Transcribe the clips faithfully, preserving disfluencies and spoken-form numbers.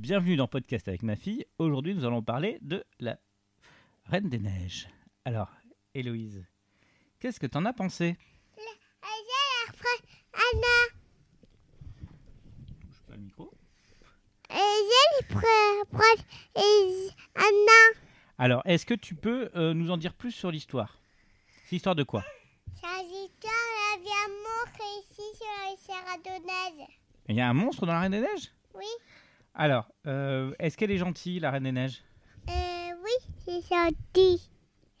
bienvenue dans Podcast avec ma fille. Aujourd'hui, nous allons parler de la Reine des Neiges. Alors, Héloïse, qu'est-ce que t'en as pensé? Anna. Touche pas le micro. Anna. Alors, est-ce que tu peux euh, nous en dire plus sur l'histoire? C'est l'histoire de quoi? C'est l'histoire la vie amour ici sur les Sierra de Neige. Il y a un monstre dans la Reine des Neiges? Oui. Alors, euh, est-ce qu'elle est gentille, la Reine des Neiges? Euh, oui, c'est gentil.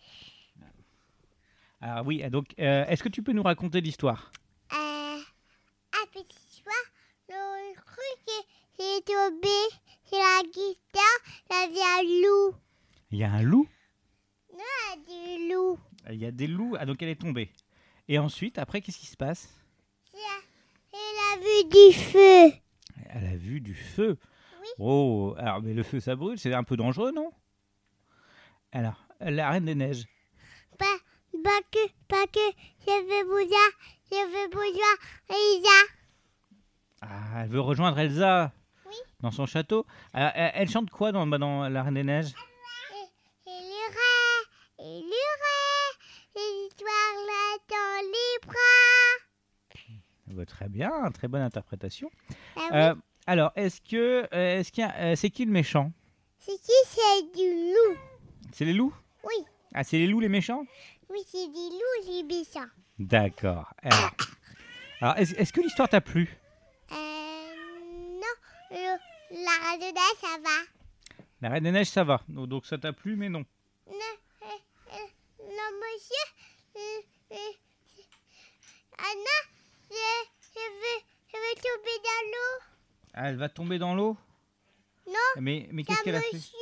Alors oui, donc, euh, est-ce que tu peux nous raconter l'histoire? Euh, un petit soir, le truc est, est tombé sur la guitare, il y a un loup. Il y a un loup? Non, il y a du loup. Il y a des loups, ah, donc elle est tombée. Et ensuite, après, qu'est-ce qui se passe? Elle a vu du feu. Elle a vu du feu. Oui. Oh, alors, mais le feu, ça brûle, c'est un peu dangereux, non? Alors, la Reine des Neiges. Pas, pas que, pas que, je veux bouger, je veux bouger, Elsa. Ah, elle veut rejoindre Elsa. Oui. Dans son château. Alors, elle, elle chante quoi dans, bah, dans la Reine des Neiges? Et il irait, il irait, l'histoire là dans les bras. Bah, très bien, très bonne interprétation. Ah oui. Euh, alors, est-ce que, euh, est-ce qu'il y a, euh, c'est qui le méchant? C'est qui? C'est du loup. C'est les loups? Oui, Ah, c'est les loups les méchants? oui, c'est du loup, c'est méchant. D'accord. Alors, alors, est-ce, est-ce que l'histoire t'a plu? Euh, non, le, la radio d'A, ça va. La Reine des Neiges, ça va. Donc, donc ça t'a plu, mais non. Non, euh, euh, non, monsieur, euh, euh, Anna, je, je veux, je veux tomber dans l'eau. Ah, elle va tomber dans l'eau? Non, Mais, mais c'est qu'est-ce un qu'elle a fait? monsieur.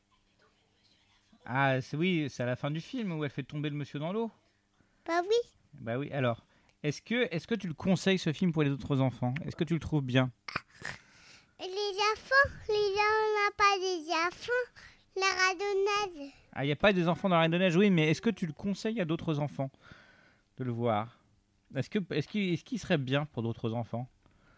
Ah, c'est, oui, c'est à la fin du film où elle fait tomber le monsieur dans l'eau. Bah oui. Bah oui, alors, est-ce que, est-ce que tu le conseilles, ce film, pour les autres enfants? Est-ce que tu le trouves bien? Les enfants, les gens n'ont pas des enfants. La radonnade. Ah, il n'y a pas des enfants dans la Reine des Neiges, oui, mais est-ce que tu le conseilles à d'autres enfants de le voir? Est-ce que, est-ce qu'il, est-ce qu'il serait bien pour d'autres enfants?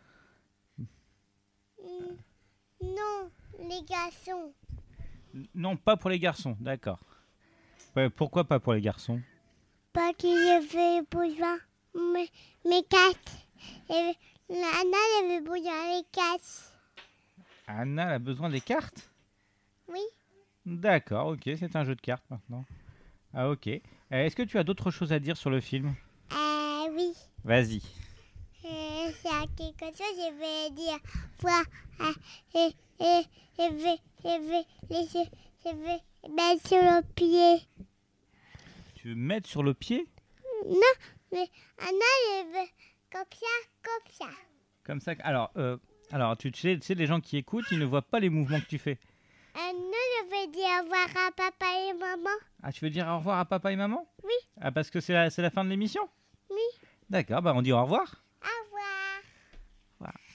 Mm, non, les garçons. Non, pas pour les garçons, d'accord. Ouais, pourquoi pas pour les garçons? Pas que je veux besoin mes, mes cartes. Et Anna, elle veut besoin les cartes. Anna elle a besoin des cartes? Oui. D'accord, ok, c'est un jeu de cartes maintenant. Ah, ok. Euh, est-ce que tu as d'autres choses à dire sur le film? Euh, oui. Vas-y. Euh, c'est quelque chose, je vais dire. Voilà. Euh, et, et, je vais, je vais, laisser, je vais mettre sur le pied. Tu veux mettre sur le pied? Non, mais Anna, elle veut comme ça, comme ça. Comme ça. Alors, euh, alors tu sais, tu sais, les gens qui écoutent, ils ne voient pas les mouvements que tu fais. Euh, non, je vais dire au revoir à papa et maman. Ah, tu veux dire au revoir à papa et maman? Oui. Ah, parce que c'est la, c'est la fin de l'émission? Oui. D'accord, bah on dit au revoir.